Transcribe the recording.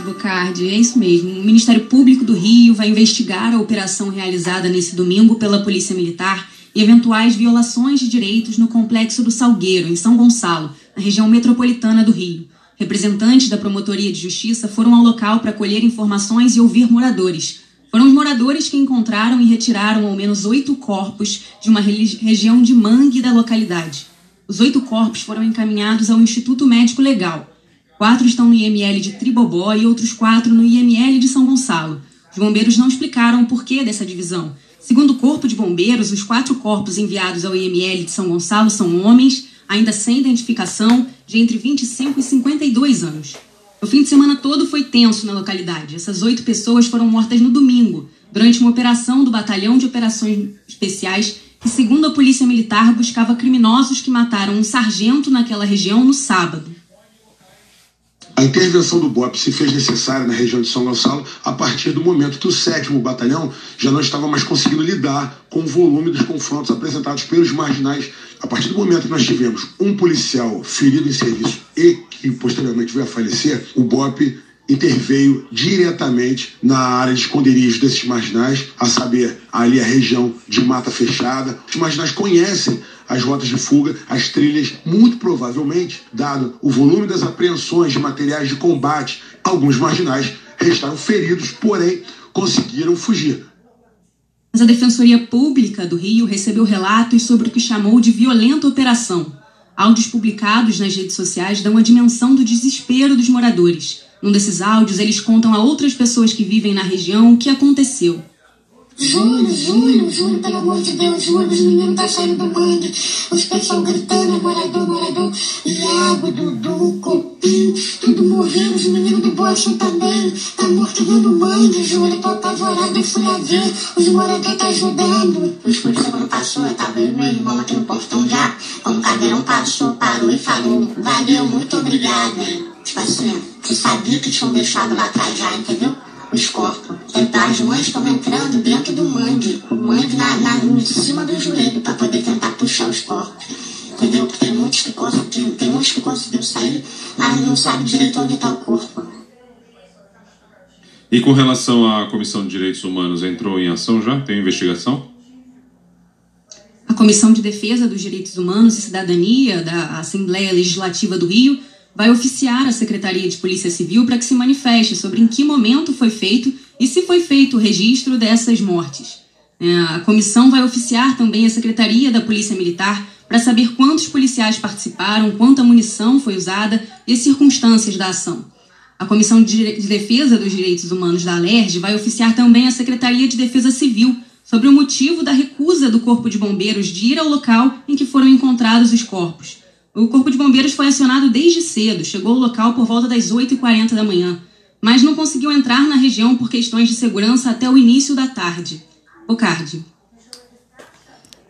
Bocardi, é isso mesmo. O Ministério Público do Rio vai investigar a operação realizada nesse domingo pela Polícia Militar e eventuais violações de direitos no Complexo do Salgueiro, em São Gonçalo, na região metropolitana do Rio. Representantes da Promotoria de Justiça foram ao local para colher informações e ouvir moradores. Foram os moradores que encontraram e retiraram ao menos 8 corpos de uma região de mangue da localidade. Os 8 corpos foram encaminhados ao Instituto Médico Legal. 4 estão no IML de Tribobó e outros 4 no IML de São Gonçalo. Os bombeiros não explicaram o porquê dessa divisão. Segundo o Corpo de Bombeiros, os 4 corpos enviados ao IML de São Gonçalo são homens, ainda sem identificação, de entre 25 e 52 anos. O fim de semana todo foi tenso na localidade. Essas 8 pessoas foram mortas no domingo, durante uma operação do Batalhão de Operações Especiais que, segundo a Polícia Militar, buscava criminosos que mataram um sargento naquela região no sábado. A intervenção do BOPE se fez necessária na região de São Gonçalo a partir do momento que o 7º Batalhão já não estava mais conseguindo lidar com o volume dos confrontos apresentados pelos marginais. A partir do momento que nós tivemos um policial ferido em serviço e que posteriormente veio a falecer, o BOPE interveio diretamente na área de esconderijo desses marginais, a saber, ali a região de mata fechada. Os marginais conhecem as rotas de fuga, as trilhas, muito provavelmente, dado o volume das apreensões de materiais de combate, alguns marginais restaram feridos, porém conseguiram fugir. Mas a Defensoria Pública do Rio recebeu relatos sobre o que chamou de violenta operação. Áudios publicados nas redes sociais dão a dimensão do desespero dos moradores. Num desses áudios, eles contam a outras pessoas que vivem na região o que aconteceu. Juro, pelo amor de Deus, juro, os meninos tá saindo do mangue, os pessoal gritando, morador, Iago, Dudu, Copim, tudo morrendo, os meninos do Bocha também, tá morto dentro do mangue, juro, tô apavorado, eu fui lá ver, os moradores tá ajudando. Os policiais quando passou, eu tava eu e meu irmão aqui no portão já, quando o cadeirão passou, parou e falou, valeu, muito obrigado. Tipo assim, você sabia que tinham deixado lá atrás já, entendeu? Os corpos. As mães estão entrando dentro do mangue, o mangue em cima do joelho, para poder tentar puxar os corpos. Entendeu? Porque tem muitos que conseguiram sair, mas não sabem direito onde está o corpo. E com relação à Comissão de Direitos Humanos, entrou em ação já? Tem investigação? A Comissão de Defesa dos Direitos Humanos e Cidadania da Assembleia Legislativa do Rio vai oficiar a Secretaria de Polícia Civil para que se manifeste sobre em que momento foi feito e se foi feito o registro dessas mortes. A comissão vai oficiar também a Secretaria da Polícia Militar para saber quantos policiais participaram, quanta munição foi usada e as circunstâncias da ação. A Comissão de Defesa dos Direitos Humanos da Alerj vai oficiar também a Secretaria de Defesa Civil sobre o motivo da recusa do Corpo de Bombeiros de ir ao local em que foram encontrados os corpos. O Corpo de Bombeiros foi acionado desde cedo, chegou ao local por volta das 8h40 da manhã, mas não conseguiu entrar na região por questões de segurança até o início da tarde. Bocardi.